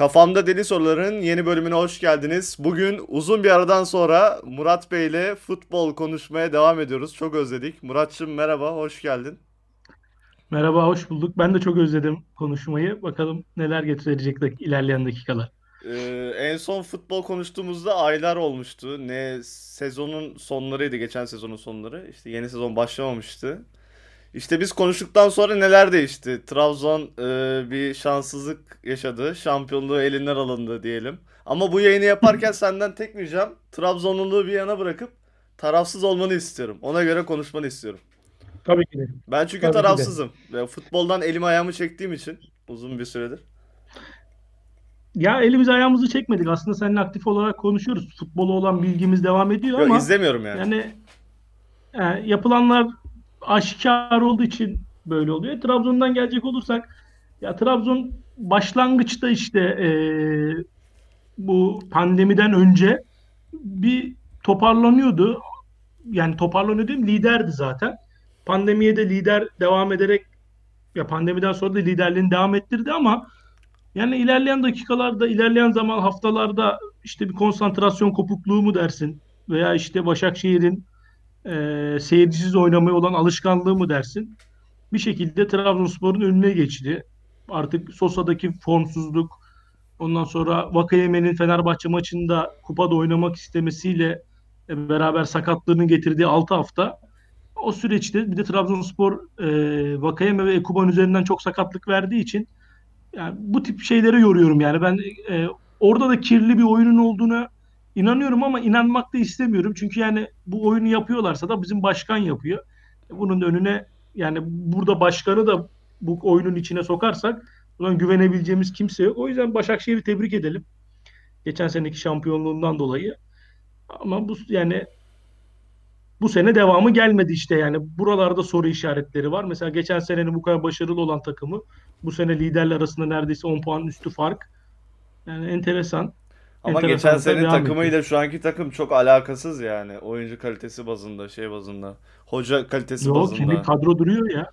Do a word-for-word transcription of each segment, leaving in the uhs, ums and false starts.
Kafamda Deli Soruların yeni bölümüne hoş geldiniz. Bugün uzun bir aradan sonra Murat Bey ile futbol konuşmaya devam ediyoruz. Çok özledik. Muratçım merhaba, hoş geldin. Merhaba, hoş bulduk. Ben de çok özledim konuşmayı. Bakalım neler getirecek dak- ilerleyen dakikalar. Ee, en son futbol konuştuğumuzda aylar olmuştu. Ne sezonun sonlarıydı, geçen sezonun sonları. İşte yeni sezon başlamamıştı. İşte biz konuştuktan sonra neler değişti? Trabzon e, bir şanssızlık yaşadı. Şampiyonluğu elinden alındı diyelim. Ama bu yayını yaparken senden tek ricam Trabzonluluğu bir yana bırakıp tarafsız olmanı istiyorum. Ona göre konuşmanı istiyorum. Tabii ki de. Ben çünkü Tabii ki de. tarafsızım. Ve futboldan elimi ayağımı çektiğim için uzun bir süredir. Ya elimizi ayağımızı çekmedik. Aslında seninle aktif olarak konuşuyoruz. Futbola olan bilgimiz devam ediyor Yok, ama izlemiyorum yani. yani e, yapılanlar aşikar olduğu için böyle oluyor. Trabzon'dan gelecek olursak ya Trabzon başlangıçta işte e, bu pandemiden önce bir toparlanıyordu. Yani toparlanıyor diyeyim, liderdi zaten. Pandemiye de lider devam ederek ya pandemiden sonra da liderliğini devam ettirdi ama yani ilerleyen dakikalarda, ilerleyen zaman haftalarda işte bir konsantrasyon kopukluğu mu dersin veya işte Başakşehir'in e, seyircisiz oynamaya olan alışkanlığı mı dersin? Bir şekilde Trabzonspor'un önüne geçti. Artık Sosa'daki formsuzluk, ondan sonra Vakayeme'nin Fenerbahçe maçında kupada oynamak istemesiyle e, beraber sakatlığının getirdiği altı hafta o süreçte bir de Trabzonspor e, Vakayeme ve Ekuban üzerinden çok sakatlık verdiği için yani bu tip şeylere yoruyorum yani ben e, orada da kirli bir oyunun olduğuna inanıyorum ama inanmak da istemiyorum. Çünkü yani bu oyunu yapıyorlarsa da bizim başkan yapıyor. Bunun önüne yani burada başkanı da bu oyunun içine sokarsak o zaman güvenebileceğimiz kimse yok. O yüzden Başakşehir'i tebrik edelim. Geçen seneki şampiyonluğundan dolayı. Ama bu yani bu sene devamı gelmedi işte yani. Buralarda soru işaretleri var. Mesela geçen senenin bu kadar başarılı olan takımı bu sene liderler arasında neredeyse on puan üstü fark. Yani enteresan. Ama geçen Enteresanlıklar senenin devam ediyor. takımıyla şu anki takım çok alakasız yani. Oyuncu kalitesi bazında, şey bazında. Hoca kalitesi Yo, kemik bazında. kadro duruyor ya.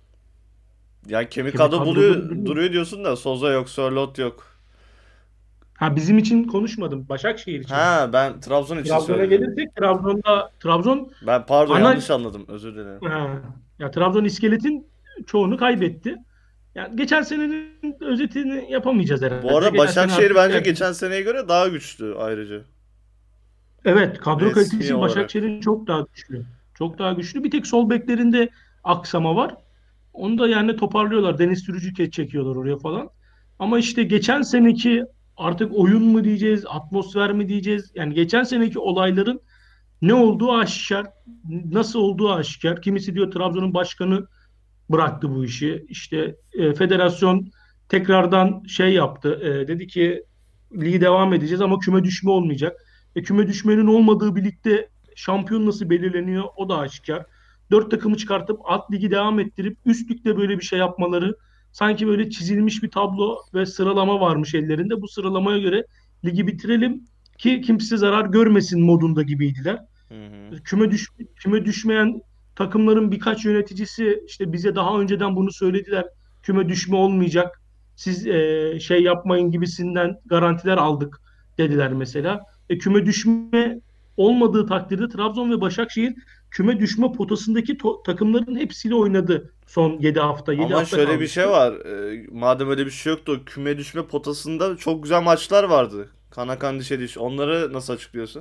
Yani kemik Kemik kadro kadroları buluyor, duruyor. duruyor diyorsun da Soza yok, Sörloth yok. Ha, bizim için konuşmadım. Başakşehir için. Ha, ben Trabzon için Trabzon'a söyledim. gelirsek Trabzon'da Trabzon Ben pardon, ana yanlış anladım. Özür dilerim. ha, ya Trabzon iskeletin çoğunu kaybetti. Yani geçen senenin özetini yapamayacağız Bu herhalde. arada Geçen sene Başakşehir artık bence yani geçen seneye göre daha güçlü ayrıca. evet, kadro Resmi kalitesi olarak. Başakşehir'in çok daha güçlü. Çok daha güçlü. Bir tek sol beklerinde aksama var. Onu da yani toparlıyorlar. Deniz Sürücü çekiyorlar oraya falan. Ama işte geçen seneki artık oyun mu diyeceğiz, atmosfer mi diyeceğiz? Yani geçen seneki olayların ne olduğu aşikar, nasıl olduğu aşikar. Kimisi diyor Trabzon'un başkanı bıraktı bu işi. İşte e, federasyon tekrardan şey yaptı. E, dedi ki ligi devam edeceğiz ama küme düşme olmayacak. E, küme düşmenin olmadığı birlikte şampiyon nasıl belirleniyor o da aşikar. Dört takımı çıkartıp alt ligi devam ettirip üst ligde böyle bir şey yapmaları sanki böyle çizilmiş bir tablo ve sıralama varmış ellerinde. Bu sıralamaya göre ligi bitirelim ki kimse zarar görmesin modunda gibiydiler. Hı hı. Küme düş küme düşmeyen takımların birkaç yöneticisi işte bize daha önceden bunu söylediler. Küme düşme olmayacak. Siz e, şey yapmayın gibisinden garantiler aldık dediler mesela. E, küme düşme olmadığı takdirde Trabzon ve Başakşehir küme düşme potasındaki to- takımların hepsiyle oynadı son yedi hafta. Yedi Ama hafta şöyle bir şey kalmıştı. var. Ee, madem öyle bir şey yoktu, küme düşme potasında çok güzel maçlar vardı. Kanakan dişe diş. Onları nasıl açıklıyorsun?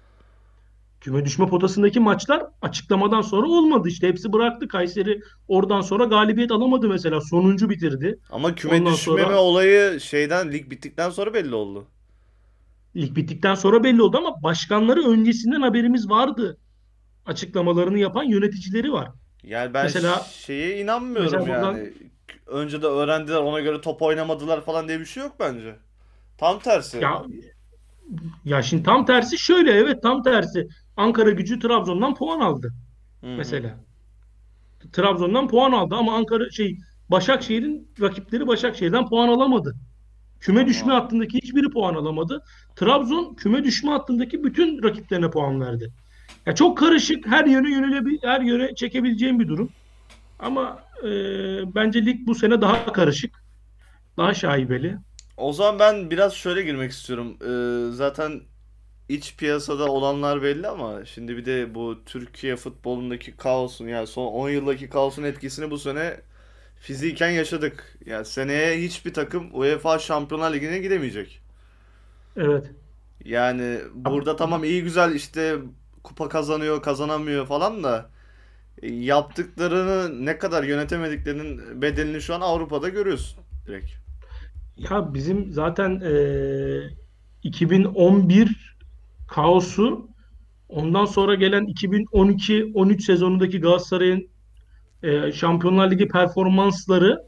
Küme düşme potasındaki maçlar açıklamadan sonra olmadı işte. Hepsi bıraktı. Kayseri oradan sonra galibiyet alamadı mesela. Sonuncu bitirdi. Ama küme Ondan düşmeme sonra olayı şeyden, lig bittikten sonra belli oldu. lig bittikten sonra belli oldu ama başkanları öncesinden haberimiz vardı. Açıklamalarını yapan yöneticileri var. Yani ben Mesela şeye inanmıyorum mesela buradan yani. Önce de öğrendiler, ona göre top oynamadılar falan diye bir şey yok bence. Tam tersi. ya ya şimdi tam tersi şöyle, evet, tam tersi. Ankara Gücü Trabzon'dan puan aldı Hı hı. mesela. Trabzon'dan puan aldı ama Ankara şey Başakşehir'in rakipleri Başakşehir'den puan alamadı. Küme düşme Ama hattındaki hiçbiri puan alamadı. Trabzon küme düşme hattındaki bütün rakiplerine puan verdi. Ya çok karışık, her yöne yönelebil her yöne çekebileceğim bir durum. Ama e, bence lig bu sene daha karışık, daha şaibeli. O zaman ben biraz şöyle girmek istiyorum. Ee, zaten iç piyasada olanlar belli ama şimdi bir de bu Türkiye futbolundaki kaosun, yani son on yıldaki kaosun etkisini bu sene fiziken yaşadık. Yani seneye hiçbir takım UEFA Şampiyonlar Ligi'ne gidemeyecek. Evet. Yani burada tamam, iyi güzel işte kupa kazanıyor, kazanamıyor falan da e, yaptıklarını ne kadar yönetemediklerinin bedelini şu an Avrupa'da görüyorsun direkt. Ya bizim zaten eee, iki bin on bir kaosu, ondan sonra gelen iki bin on iki on üç sezonundaki Galatasaray'ın eee, Şampiyonlar Ligi performansları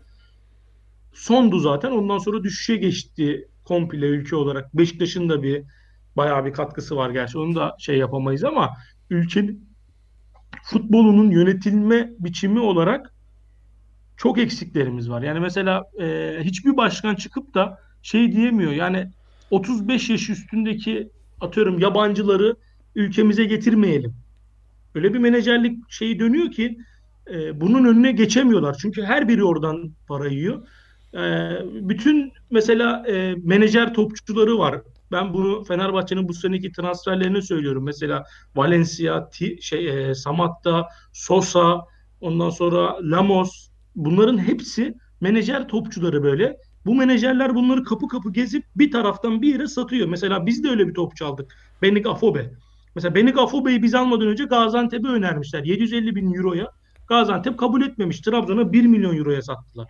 sondu zaten. Ondan sonra düşüşe geçti komple ülke olarak. Beşiktaş'ın da bir bayağı bir katkısı var gerçi. Onu da şey yapamayız ama ülkenin futbolunun yönetilme biçimi olarak çok eksiklerimiz var. Yani mesela e, hiçbir başkan çıkıp da şey diyemiyor. Yani otuz beş yaş üstündeki atıyorum yabancıları ülkemize getirmeyelim. Öyle bir menajerlik şeyi dönüyor ki e, bunun önüne geçemiyorlar. Çünkü her biri oradan para yiyor. E, bütün mesela e, menajer topçuları var. Ben bunu Fenerbahçe'nin bu seneki transferlerini söylüyorum. Mesela Valencia, Ti- şey, e, Samatta, Sosa, ondan sonra Lamos. Bunların hepsi menajer topçuları böyle. Bu menajerler bunları kapı kapı gezip bir taraftan bir yere satıyor. Mesela biz de öyle bir topçu aldık. Benik Afobe. Mesela Benik Afobe'yi biz almadan önce Gaziantep'e önermişler. yedi yüz elli bin euroya. Gaziantep kabul etmemiş. Trabzon'a bir milyon euroya sattılar.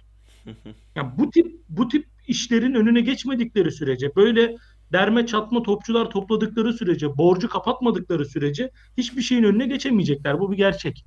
Ya bu tip bu tip işlerin önüne geçmedikleri sürece, böyle derme çatma topçular topladıkları sürece, borcu kapatmadıkları sürece hiçbir şeyin önüne geçemeyecekler. Bu bir gerçek.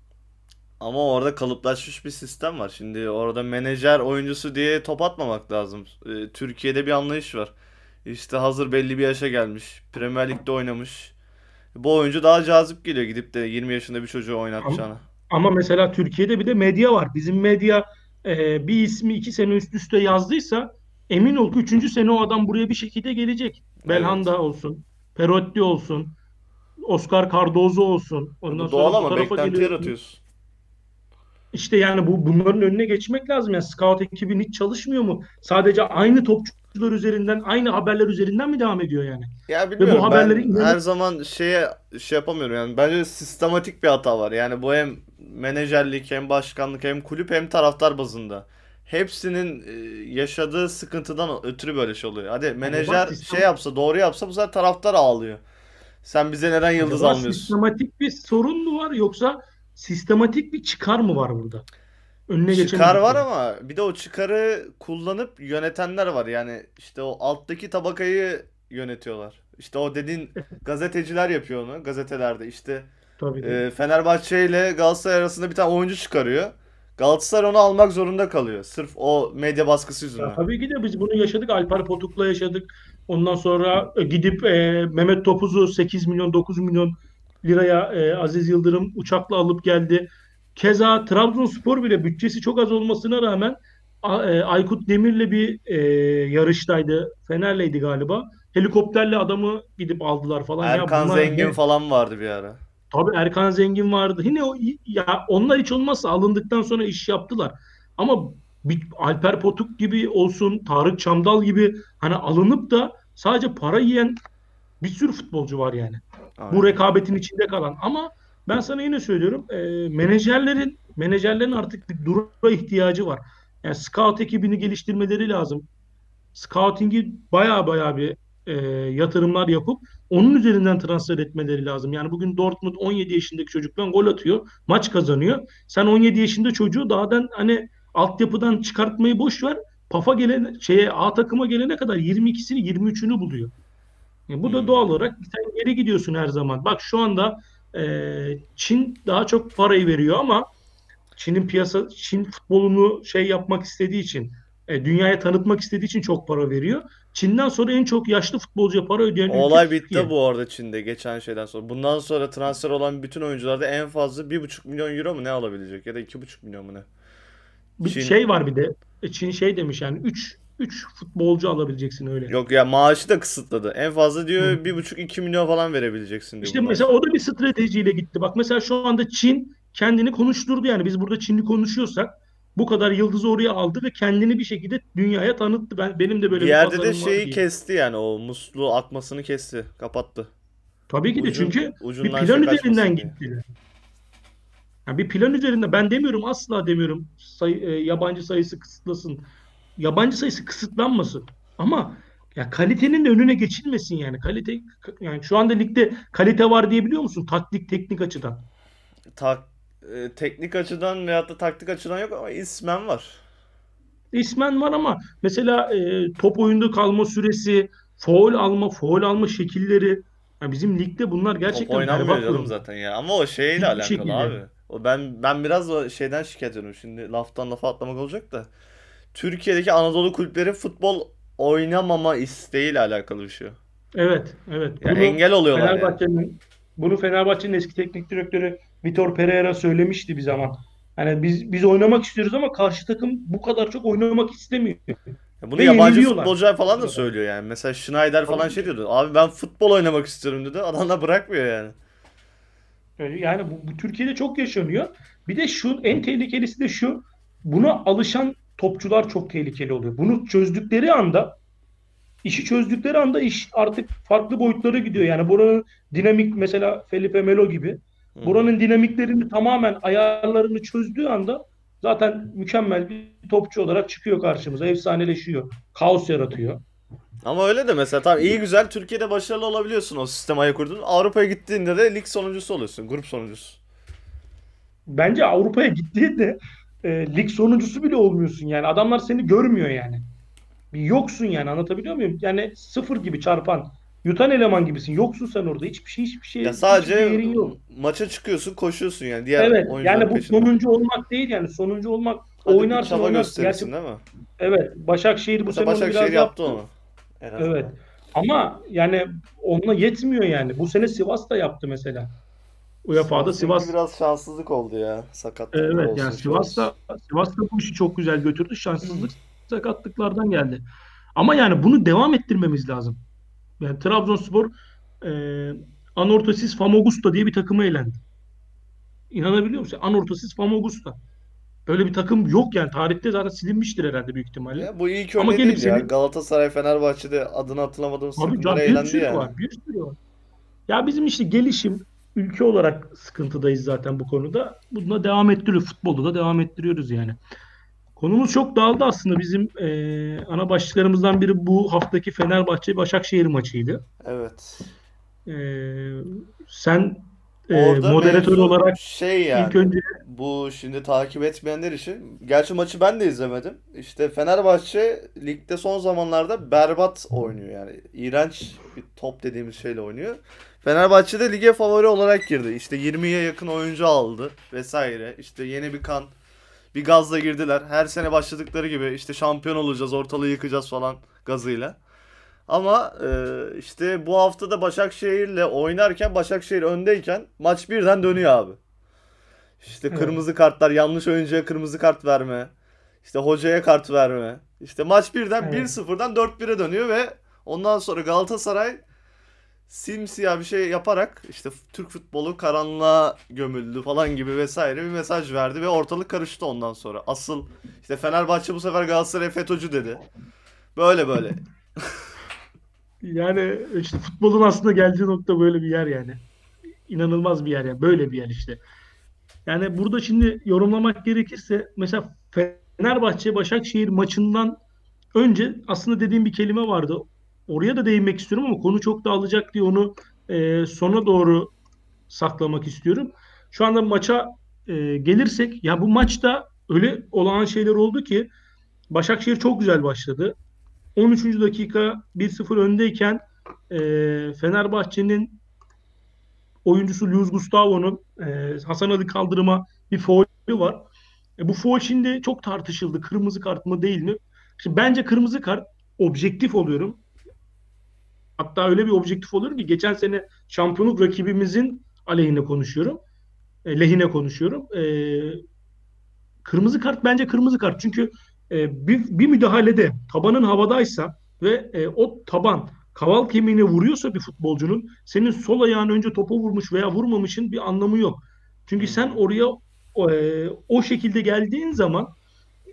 Ama orada kalıplaşmış bir sistem var. Şimdi orada menajer oyuncusu diye top atmamak lazım. Ee, Türkiye'de bir anlayış var. İşte hazır belli bir yaşa gelmiş, Premier Lig'de oynamış. Bu oyuncu daha cazip geliyor gidip de yirmi yaşında bir çocuğu Ama, oynatacağına. ama mesela Türkiye'de bir de medya var. Bizim medya e, bir ismi iki sene üst üste yazdıysa emin ol ki üçüncü sene o adam buraya bir şekilde gelecek. Evet. Belhanda olsun, Perotti olsun, Oscar Cardozo olsun. Ya Ondan bu doğal sonra bu ama tarafa beklenti geliyorsun. yaratıyorsun. İşte yani bu bunların önüne geçmek lazım. Yani scout ekibin hiç çalışmıyor mu? Sadece aynı topçular üzerinden, aynı haberler üzerinden mi devam ediyor yani? Ya Ve bu bilmiyorum, haberleri ben her inanıp zaman şeye şey yapamıyorum yani, bence sistematik bir hata var. Yani bu hem menajerlik hem başkanlık hem kulüp hem taraftar bazında. Hepsinin e, yaşadığı sıkıntıdan ötürü böyle şey oluyor. Hadi acaba menajer şey sistem yapsa, doğru yapsa, bu sefer taraftar ağlıyor. Sen bize neden yıldız acaba almıyorsun? sistematik bir sorun mu var yoksa sistematik bir çıkar mı var burada? Önüne Çıkar var geçemedikleri. ama bir de o çıkarı kullanıp yönetenler var. Yani işte o alttaki tabakayı yönetiyorlar. İşte o dediğin gazeteciler yapıyor onu gazetelerde. İşte Tabii ki. e, Fenerbahçe ile Galatasaray arasında bir tane oyuncu çıkarıyor. Galatasaray onu almak zorunda kalıyor. Sırf o medya baskısı Ya yüzünden. tabii ki de biz bunu yaşadık. Alper Potuk'la yaşadık. Ondan sonra e, gidip e, Mehmet Topuz'u sekiz milyon dokuz milyon liraya e, Aziz Yıldırım uçakla alıp geldi. Keza Trabzonspor bile bütçesi çok az olmasına rağmen A- e, Aykut Demir'le bir e, yarıştaydı. Fener'leydi galiba. Helikopterle adamı gidip aldılar falan. Ya Erkan bunlar Zengin ne? falan vardı bir ara. Tabii Erkan Zengin vardı. Yine o, ya onlar hiç olmazsa alındıktan sonra iş yaptılar. Ama bir Alper Potuk gibi olsun, Tarık Çamdal gibi hani alınıp da sadece para yiyen bir sürü futbolcu var yani. Bu Aynen. rekabetin içinde kalan. Ama ben sana yine söylüyorum, e, menajerlerin menajerlerin artık bir dura ihtiyacı var. Yani scout ekibini geliştirmeleri lazım. Scouting'i baya baya bir e, yatırımlar yapıp onun üzerinden transfer etmeleri lazım. Yani bugün Dortmund on yedi yaşındaki çocuktan gol atıyor, maç kazanıyor. Sen on yedi yaşında çocuğu dağdan hani altyapıdan çıkartmayı boş ver. PAF'a gelene şeye A takıma gelene kadar yirmi ikisini yirmi üçünü buluyor. E, bu da doğal Hmm. olarak sen geri gidiyorsun her zaman. Bak şu anda e, Çin daha çok parayı veriyor ama Çin'in piyasa, Çin futbolunu şey yapmak istediği için, e, dünyaya tanıtmak istediği için çok para veriyor. Çin'den sonra en çok yaşlı futbolcuya para ödeyen O ülke olay bitti Türkiye. bu arada Çin'de geçen şeyden sonra. Bundan sonra transfer olan bütün oyuncularda en fazla bir buçuk milyon euro mu ne alabilecek, ya da iki buçuk milyon mu ne? Bir Çin. şey var bir de. e, Çin şey demiş yani üç üç futbolcu alabileceksin öyle. Yok ya, maaşı da kısıtladı. En fazla Hı. diyor bir buçuk iki milyon falan verebileceksin diyor İşte bundan mesela sonra. o da bir stratejiyle gitti. Bak mesela şu anda Çin kendini konuşturdu yani biz burada Çinli konuşuyorsak Bu kadar yıldızı oraya aldı ve kendini bir şekilde dünyaya tanıttı. Ben benim de Bir böyle bir yerde de pazarım var şeyi diye. kesti yani, o musluğu akmasını kesti. Kapattı. Tabii ki de, Ucun çünkü bir ucundan plan şey üzerinden kaçmasın diye. gittiler. Yani bir plan üzerinde, ben demiyorum, asla demiyorum sayı, e, yabancı sayısı kısıtlasın. Yabancı sayısı kısıtlanmasın. Ama ya kalitenin de önüne geçilmesin yani. Kalite, yani şu anda ligde kalite var diyebiliyor musun? Taktik, teknik açıdan. Tak, e, teknik açıdan veyahut da taktik açıdan yok ama ismen var. İsmen var ama mesela e, top oyunda kalma süresi, faul alma, faul alma şekilleri, ya bizim ligde bunlar Top gerçekten oynanmıyor berbat canım durumda. zaten ya. Ama o şeyle Hiçbir alakalı şekilde. abi. O ben ben biraz o şeyden şikayet ediyorum. Şimdi laftan lafa atlamak olacak da. Türkiye'deki Anadolu kulüpleri futbol oynamama isteğiyle alakalı bir şey. Evet, evet. Ya Bunu engel oluyorlar yani. Fenerbahçe'nin bunu Fenerbahçe'nin eski teknik direktörü Vitor Pereira söylemişti bir zaman. Hani biz biz oynamak istiyoruz ama karşı takım bu kadar çok oynamak istemiyor Ya bunu ve yabancı yeniliyorlar futbolcular o falan da sırada. söylüyor yani. Mesela Schneider Tabii falan ki şey de. diyordu. Abi ben futbol oynamak istiyorum dedi. Adam da bırakmıyor yani. Öyle. Yani bu, bu Türkiye'de çok yaşanıyor. Bir de şu, en tehlikelisi de şu. Buna alışan topçular çok tehlikeli oluyor. Bunu çözdükleri anda, işi çözdükleri anda iş artık farklı boyutlara gidiyor. Yani buranın dinamik, mesela Felipe Melo gibi, Hı hı. buranın dinamiklerini tamamen, ayarlarını çözdüğü anda zaten mükemmel bir topçu olarak çıkıyor karşımıza. Efsaneleşiyor. Kaos yaratıyor. Ama öyle de mesela tamam, iyi güzel Türkiye'de başarılı olabiliyorsun o sistem ayak kurdun. Avrupa'ya gittiğinde de lig sonuncusu oluyorsun. Grup sonuncusu. Bence Avrupa'ya gittiğinde e, lig sonuncusu bile olmuyorsun yani. Adamlar seni görmüyor yani. Bir yoksun yani, anlatabiliyor muyum? Yani sıfır gibi çarpan, yutan eleman gibisin. Yoksun sen orada. Hiçbir şey, hiçbir Ya şey, hiçbir sadece değerin yok. maça çıkıyorsun, koşuyorsun yani diğer Evet, oyuncuların yani bu peşinde. sonuncu olmak değil yani. Sonuncu olmak, Hadi bir oynarsın çaba oynarsın. Gerçi gösterirsin değil mi? evet, Başakşehir bu Mesela sene onu Başakşehir biraz yaptı yaptı. onu en Evet. azından. Ama yani onunla yetmiyor yani. Bu sene Sivas da yaptı mesela. U E F A'da Sivas'ınki Sivas. biraz şanssızlık oldu ya. Sakatlıklar Evet, yani olsun, şey Sivas olsun. da Sivas da bu işi çok güzel götürdü. Şanssızlık sakatlıklardan geldi. Ama yani bunu devam ettirmemiz lazım. Yani Trabzonspor e, Anorthosis Famagusta diye bir takıma elendi. İnanabiliyor musun? Anorthosis Famagusta. Öyle bir takım yok yani. Tarihte zaten silinmiştir herhalde, büyük ihtimalle. Ya bu ilk Ama örneği gelip değil ya. seni, Galatasaray, Fenerbahçe'de adını hatırlamadığımız abi takımlara ya, bir eğlendi sürü yani. var. Bir sürü var. Ya bizim işte gelişim, ülke olarak sıkıntıdayız zaten bu konuda. Buna devam ettiriyoruz. Futbolda da devam ettiriyoruz yani. Konumuz çok dağıldı aslında. Bizim e, ana başlıklarımızdan biri bu haftaki Fenerbahçe-Başakşehir maçıydı. Evet. E, sen e, Orada moderatör mevzu olarak şey ilk yani. önce, Bu şimdi takip etmeyenler için. Gerçi maçı ben de izlemedim. İşte Fenerbahçe ligde son zamanlarda berbat oynuyor yani. İğrenç bir top dediğimiz şeyle oynuyor. Fenerbahçe de lige favori olarak girdi. İşte yirmiye yakın oyuncu aldı vesaire. İşte yeni bir kan, bir gazla girdiler. Her sene başladıkları gibi işte şampiyon olacağız, ortalığı yıkacağız falan gazıyla. Ama e, işte bu hafta da Başakşehir'le oynarken, Başakşehir öndeyken maç birden dönüyor abi. İşte evet, kırmızı kartlar, yanlış oyuncuya kırmızı kart verme. İşte hocaya kart verme. İşte maç birden bir evet. sıfırdan dört bire dönüyor ve ondan sonra Galatasaray simsiyah bir şey yaparak işte Türk futbolu karanlığa gömüldü falan gibi vesaire bir mesaj verdi ve ortalık karıştı ondan sonra. Asıl işte Fenerbahçe bu sefer Galatasaray FETÖ'cü dedi. Böyle böyle. Yani işte futbolun aslında geldiği nokta böyle bir yer yani. İnanılmaz bir yer yani. Böyle bir yer işte. Yani burada şimdi yorumlamak gerekirse, mesela Fenerbahçe Başakşehir maçından önce aslında dediğim bir kelime vardı. Oraya da değinmek istiyorum ama konu çok dağılacak diye onu e, sona doğru saklamak istiyorum. Şu anda maça e, gelirsek, ya bu maçta öyle olağan şeyler oldu ki Başakşehir çok güzel başladı. on üçüncü dakika bir sıfır öndeyken e, Fenerbahçe'nin oyuncusu Luis Gustavo'nun e, Hasan Ali Kaldırım'a bir faulü var. E, bu faul şimdi çok tartışıldı. Kırmızı kart mı değil mi? Şimdi bence kırmızı kart, objektif oluyorum. Hatta öyle bir objektif oluyorum ki geçen sene şampiyonluk rakibimizin aleyhine konuşuyorum. E, lehine konuşuyorum. E, kırmızı kart bence kırmızı kart. Çünkü e, bir, bir müdahalede tabanın havadaysa ve e, o taban kaval kemiğine vuruyorsa bir futbolcunun, senin sol ayağın önce topa vurmuş veya vurmamışın bir anlamı yok. Çünkü sen Hmm. oraya o, e, o şekilde geldiğin zaman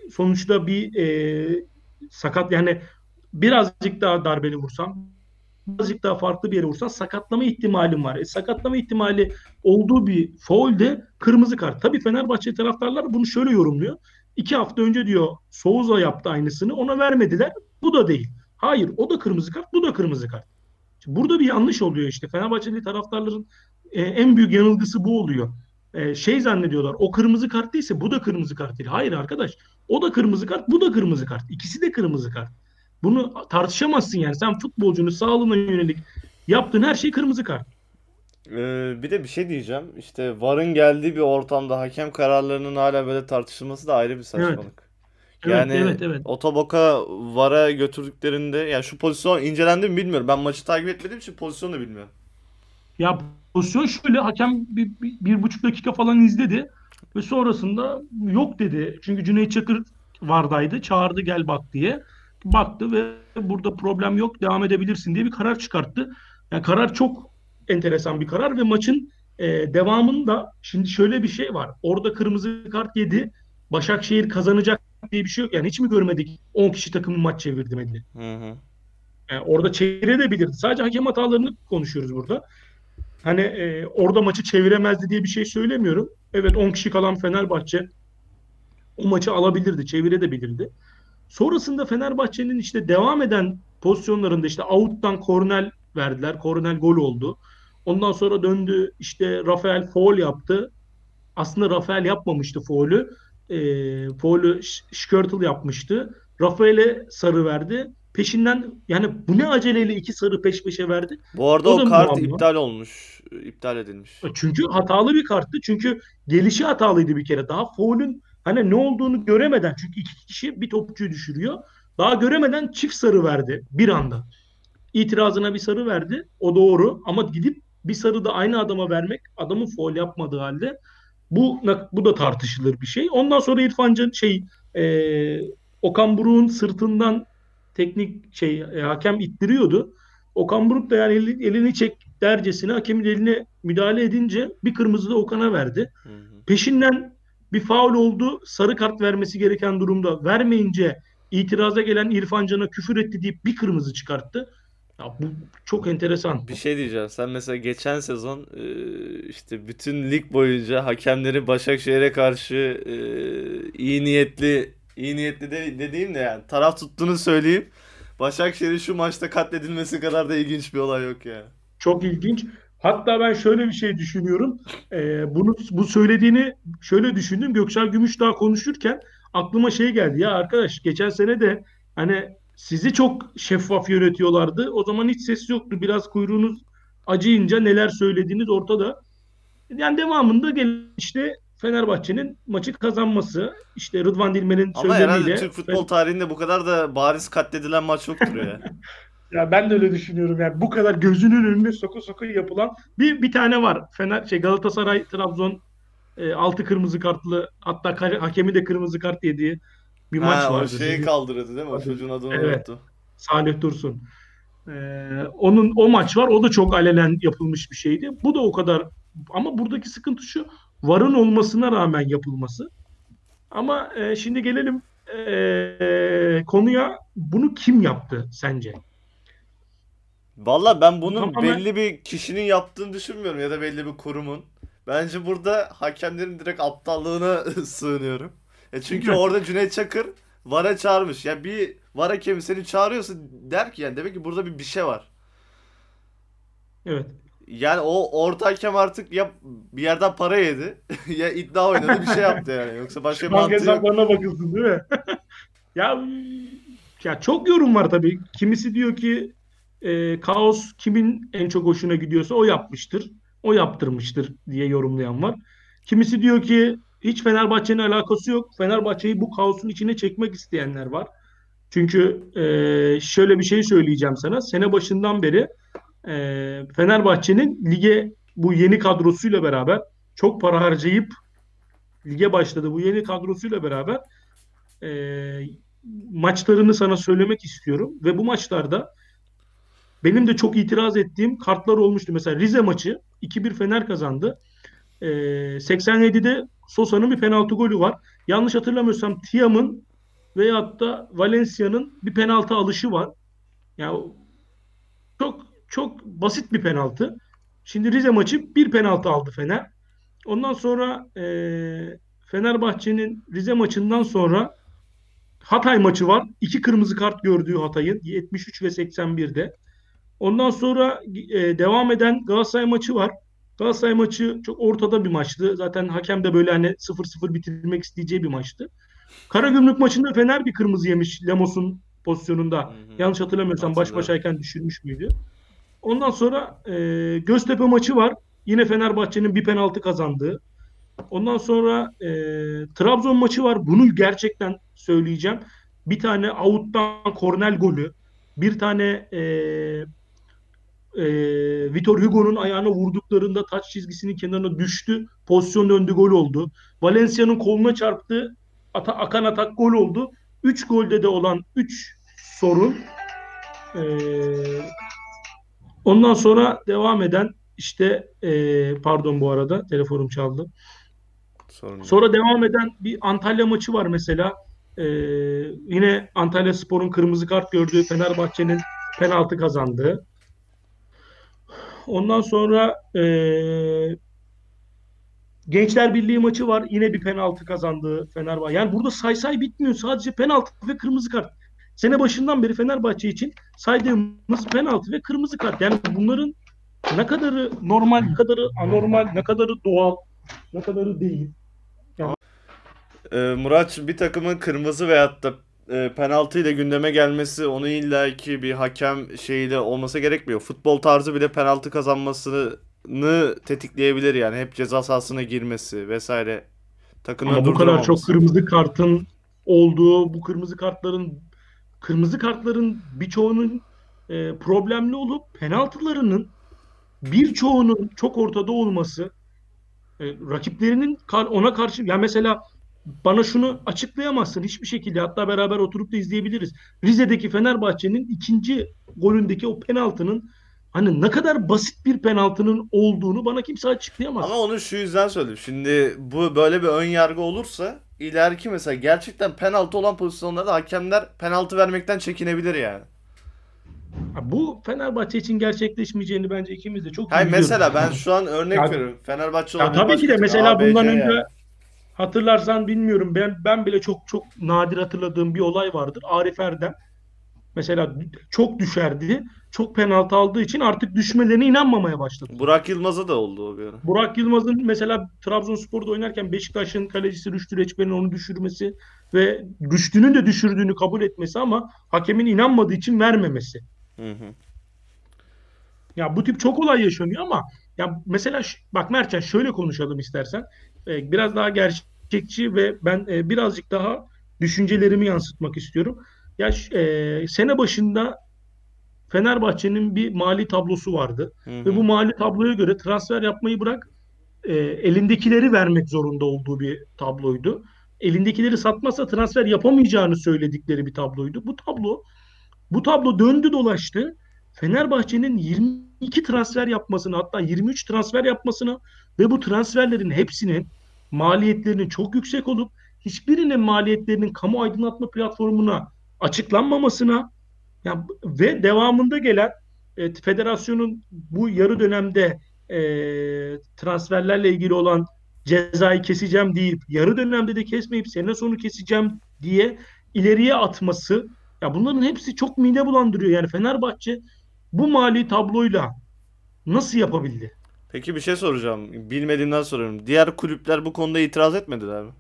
sonuçta bir e, sakat, yani birazcık daha darbeli vursam, birazcık daha farklı bir yere vursan sakatlama ihtimalim var. E, sakatlama ihtimali olduğu bir faulde kırmızı kart. Tabii Fenerbahçe taraftarlar bunu şöyle yorumluyor. İki hafta önce diyor Souza yaptı aynısını, ona vermediler. Bu da değil. Hayır, o da kırmızı kart, bu da kırmızı kart. Şimdi burada bir yanlış oluyor işte. Fenerbahçeli taraftarların e, en büyük yanılgısı bu oluyor. E, şey zannediyorlar, o kırmızı kart değilse bu da kırmızı kart değil. Hayır arkadaş, o da kırmızı kart, bu da kırmızı kart. İkisi de kırmızı kart. Bunu tartışamazsın yani. Sen futbolcunun sağlığına yönelik yaptığın her şey kırmızı kart. Ee, bir de bir şey diyeceğim. İşte VAR'ın geldiği bir ortamda hakem kararlarının hala böyle tartışılması da ayrı bir Evet, saçmalık. evet, Yani evet, evet. Otoboka VAR'a götürdüklerinde, yani şu pozisyon incelendi mi bilmiyorum. Ben maçı takip etmediğim için pozisyonu da bilmiyorum. Ya pozisyon şöyle, hakem bir, bir, bir buçuk dakika falan izledi ve sonrasında yok dedi. Çünkü Cüneyt Çakır vardaydı. Çağırdı, gel bak diye. Baktı ve burada problem yok, devam edebilirsin diye bir karar çıkarttı. Yani karar çok enteresan bir karar ve maçın e, devamında şimdi şöyle bir şey var. Orada kırmızı kart yedi. Başakşehir kazanacak diye bir şey yok. Yani hiç mi görmedik on kişi takımın maç çevirdi? Hı hı. Yani orada çevirebilirdi. Sadece hakem hatalarını konuşuyoruz burada. Hani e, orada maçı çeviremezdi diye bir şey söylemiyorum. Evet, on kişi kalan Fenerbahçe o maçı alabilirdi, çevirebilirdi. Sonrasında Fenerbahçe'nin işte devam eden pozisyonlarında işte out'tan korner verdiler. Korner gol oldu. Ondan sonra döndü işte Rafael faul yaptı. Aslında Rafael yapmamıştı faulü. E, faulü Şkörtel yapmıştı. Rafael'e sarı verdi. Peşinden, yani bu ne aceleyle iki sarı peş peşe verdi. Bu arada O o da kart muamma. iptal olmuş. İptal edilmiş. Çünkü hatalı bir karttı. Çünkü gelişi hatalıydı bir kere. Daha faulün hani ne olduğunu göremeden, çünkü iki kişi bir topçuyu düşürüyor. Daha göremeden çift sarı verdi bir anda. İtirazına bir sarı verdi. O doğru, ama gidip bir sarı da aynı adama vermek, adamın faul yapmadığı halde, bu bu da tartışılır bir şey. Ondan sonra İrfan Can şey e, Okan Buruk'un sırtından teknik şey e, hakem ittiriyordu. Okan Buruk da yani eli- elini çek dercesine hakemin eline müdahale edince bir kırmızı da Okan'a verdi. Hı hı. Peşinden bir faul oldu. Sarı kart vermesi gereken durumda vermeyince itiraza gelen İrfan Can'a küfür etti deyip bir kırmızı çıkarttı. Ya bu çok enteresan. Bir şey diyeceğim. Sen mesela geçen sezon e, işte bütün lig boyunca hakemleri Başakşehir'e karşı e, iyi niyetli iyi niyetli de, dediğim de yani taraf tuttuğunu söyleyeyim. Başakşehir'in şu maçta katledilmesi kadar da ilginç bir olay yok ya. Çok ilginç. Hatta ben şöyle bir şey düşünüyorum. Ee, bunu bu söylediğini şöyle düşündüm. Göksel Gümüşdağ konuşurken aklıma şey geldi. Ya arkadaş, geçen sene de hani sizi çok şeffaf yönetiyorlardı. O zaman hiç ses yoktu. Biraz kuyruğunuz acıyınca neler söylediğiniz ortada. Yani devamında gel işte Fenerbahçe'nin maçı kazanması, işte Rıdvan Dilmen'in Ama herhalde söylemiyle. Türk futbol tarihinde bu kadar da bariz katledilen maç yoktur ya. Ya ben de öyle düşünüyorum, yani bu kadar gözünün önüne soku soku yapılan bir bir tane var. Fener şey Galatasaray Trabzon e, altı kırmızı kartlı, hatta kare- hakemi de kırmızı kart yediği bir maç Ha, o vardı. şeyi Dedi. kaldırıyordu değil mi? O Adı- çocuğun adını Evet, unuttu. Salih Dursun. Ee, onun o maç var. O da çok alenen yapılmış bir şeydi. Bu da o kadar, ama buradaki sıkıntı şu: varın olmasına rağmen yapılması. Ama e, şimdi gelelim e, konuya, bunu kim yaptı sence? Valla ben Bu bunun tamamen belli bir kişinin yaptığını düşünmüyorum ya da belli bir kurumun. Bence burada hakemlerin direkt aptallığına sığınıyorum. E çünkü orada Cüneyt Çakır VAR'a çağırmış. Ya bir VAR hakemi seni çağırıyorsa der ki yani demek ki burada bir bir şey var. evet. Yani o orta hakem artık ya bir yerden para yedi ya iddia oynadı bir şey yaptı yani. Yoksa başka bir Banka mantığı yok. hesaplarına bakılsın değil mi? Ya ya çok yorum var tabii. Kimisi diyor ki e, kaos kimin en çok hoşuna gidiyorsa o yapmıştır. O yaptırmıştır diye yorumlayan var. Kimisi diyor ki hiç Fenerbahçe'nin alakası yok. Fenerbahçe'yi bu kaosun içine çekmek isteyenler var. Çünkü e, şöyle bir şey söyleyeceğim sana. Sene başından beri e, Fenerbahçe'nin lige bu yeni kadrosuyla beraber çok para harcayıp lige başladı. Bu yeni kadrosuyla beraber e, maçlarını sana söylemek istiyorum. Ve bu maçlarda benim de çok itiraz ettiğim kartlar olmuştu. Mesela Rize maçı iki bir Fener kazandı. E, seksen yedide Sosa'nın bir penaltı golü var. Yanlış hatırlamıyorsam Tiam'ın veyahut da Valencia'nın bir penaltı alışı var. Yani çok çok basit bir penaltı. Şimdi Rize maçı bir penaltı aldı Fener. Ondan sonra e, Fenerbahçe'nin Rize maçından sonra Hatay maçı var. İki kırmızı kart gördüğü Hatay'ın yetmiş üç ve seksen birde. Ondan sonra e, devam eden Galatasaray maçı var. Galatasaray maçı çok ortada bir maçtı. Zaten hakem de böyle hani sıfır sıfır bitirmek isteyeceği bir maçtı. Karagümrük maçında Fener bir kırmızı yemiş Lemos'un Hı pozisyonunda. hı. Yanlış hatırlamıyorsam baş Hatırlıyorum. başayken düşürmüş müydü? Ondan sonra e, Göztepe maçı var. Yine Fenerbahçe'nin bir penaltı kazandığı. Ondan sonra e, Trabzon maçı var. Bunu gerçekten söyleyeceğim. Bir tane out'tan korner golü, bir tane e, e, Vitor Hugo'nun ayağına vurduklarında taç çizgisinin kenarına düştü. Pozisyon döndü, gol oldu. Valencia'nın koluna çarptı. Ata, akan atak gol oldu. Üç golde de olan üç sorun. E, ondan sonra devam eden işte e, pardon bu arada telefonum çaldı. Sorun değil. Sonra devam eden bir Antalya maçı var mesela. Ee, yine Antalyaspor'un kırmızı kart gördüğü, Fenerbahçe'nin penaltı kazandığı. Ondan sonra ee, Gençler Birliği maçı var. Yine bir penaltı kazandığı Fenerbahçe. Yani burada say say bitmiyor. Sadece penaltı ve kırmızı kart. Sene başından beri Fenerbahçe için saydığımız penaltı ve kırmızı kart. Yani bunların ne kadarı normal, ne kadarı anormal, ne kadarı doğal, ne kadarı değil. Yani Ee, Murat, bir takımın kırmızı veyahut da e, penaltı ile gündeme gelmesi onu illaki bir hakem şeyiyle olması gerekmiyor. Futbol tarzı bile penaltı kazanmasını tetikleyebilir yani. Hep ceza sahasına girmesi vesaire. Takımları ama bu kadar çok durduramaması. kırmızı kartın olduğu, bu kırmızı kartların kırmızı kartların birçoğunun e, problemli olup penaltılarının birçoğunun çok ortada olması, e, rakiplerinin kar- ona karşı ya mesela bana şunu açıklayamazsın hiçbir şekilde, hatta beraber oturup da izleyebiliriz. Rize'deki Fenerbahçe'nin ikinci golündeki o penaltının hani ne kadar basit bir penaltının olduğunu bana kimse Ama açıklayamaz. onu şu yüzden söyledim. Şimdi bu böyle bir ön yargı olursa ileriki mesela gerçekten penaltı olan pozisyonlarda hakemler penaltı vermekten çekinebilir yani. Ha, bu Fenerbahçe için gerçekleşmeyeceğini bence ikimiz de çok iyi Hayır, biliyoruz. mesela ben şu an örnek Ya, veriyorum. Fenerbahçe ya olabilir, tabii ki başka de takım A, mesela B, C bundan önce yani. hatırlarsan bilmiyorum, ben ben bile çok çok nadir hatırladığım bir olay vardır. Arif Erdem mesela çok düşerdi. Çok penaltı aldığı için artık düşmelerine inanmamaya başladılar. Burak Yılmaz'a da oldu o bir ara. Burak Yılmaz'ın mesela Trabzonspor'da oynarken Beşiktaş'ın kalecisi Rüştü Reçber'in onu düşürmesi ve Rüştü'nün de düşürdüğünü kabul etmesi ama hakemin inanmadığı için vermemesi. Hı hı. Ya bu tip çok olay yaşanıyor ama ya mesela ş- bak Mertcan, şöyle konuşalım istersen. Ee, biraz daha gerçekçi ve ben e, birazcık daha düşüncelerimi yansıtmak istiyorum. Ya ş- e, sene başında Fenerbahçe'nin bir mali tablosu vardı Hı ve bu hı. mali tabloya göre transfer yapmayı bırak, e, elindekileri vermek zorunda olduğu bir tabloydu. Elindekileri satmazsa transfer yapamayacağını söyledikleri bir tabloydu. Bu tablo bu tablo döndü dolaştı. Fenerbahçe'nin yirmi iki transfer yapmasını, hatta yirmi üç transfer yapmasını ve bu transferlerin hepsinin maliyetlerinin çok yüksek olup hiçbirinin maliyetlerinin kamu aydınlatma platformuna açıklanmamasına, ya, ve devamında gelen e, federasyonun bu yarı dönemde e, transferlerle ilgili olan cezayı keseceğim deyip yarı dönemde de kesmeyip sene sonu keseceğim diye ileriye atması, ya bunların hepsi çok mide bulandırıyor. Yani Fenerbahçe bu mali tabloyla nasıl yapabildi? Peki bir şey soracağım. Bilmediğimden soruyorum. Diğer kulüpler bu konuda itiraz etmediler mi?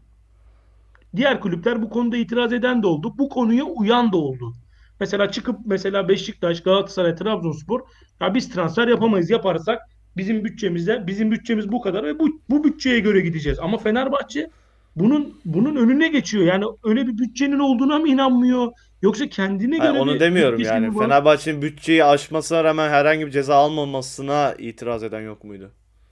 Diğer kulüpler bu konuda itiraz eden de oldu. Bu konuya uyan da oldu. Mesela çıkıp mesela Beşiktaş, Galatasaray, Trabzonspor, ya biz transfer yapamayız. Yaparsak bizim bütçemize, bizim bütçemiz bu kadar ve bu bu bütçeye göre gideceğiz. Ama Fenerbahçe bunun bunun önüne geçiyor. Yani öyle bir bütçenin olduğuna mı inanmıyor? Yoksa kendine Hayır, göre onu bir demiyorum bütçesi yani. mi var? Fenerbahçe'nin bütçeyi aşmasına rağmen herhangi bir ceza almamasına itiraz eden yok muydu?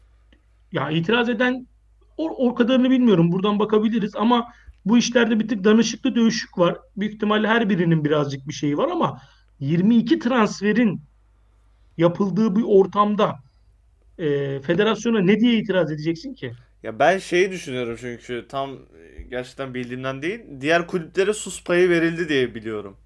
Ya itiraz eden o, o kadarını bilmiyorum. Buradan bakabiliriz ama bu işlerde bir tık danışıklı dövüşük var. Büyük ihtimalle her birinin birazcık bir şeyi var ama yirmi iki transferin yapıldığı bir ortamda e, federasyona ne diye itiraz edeceksin ki? Ya ben şeyi düşünüyorum çünkü tam e, gerçekten bildiğimden değil. Diğer kulüplere sus payı verildi diye biliyorum.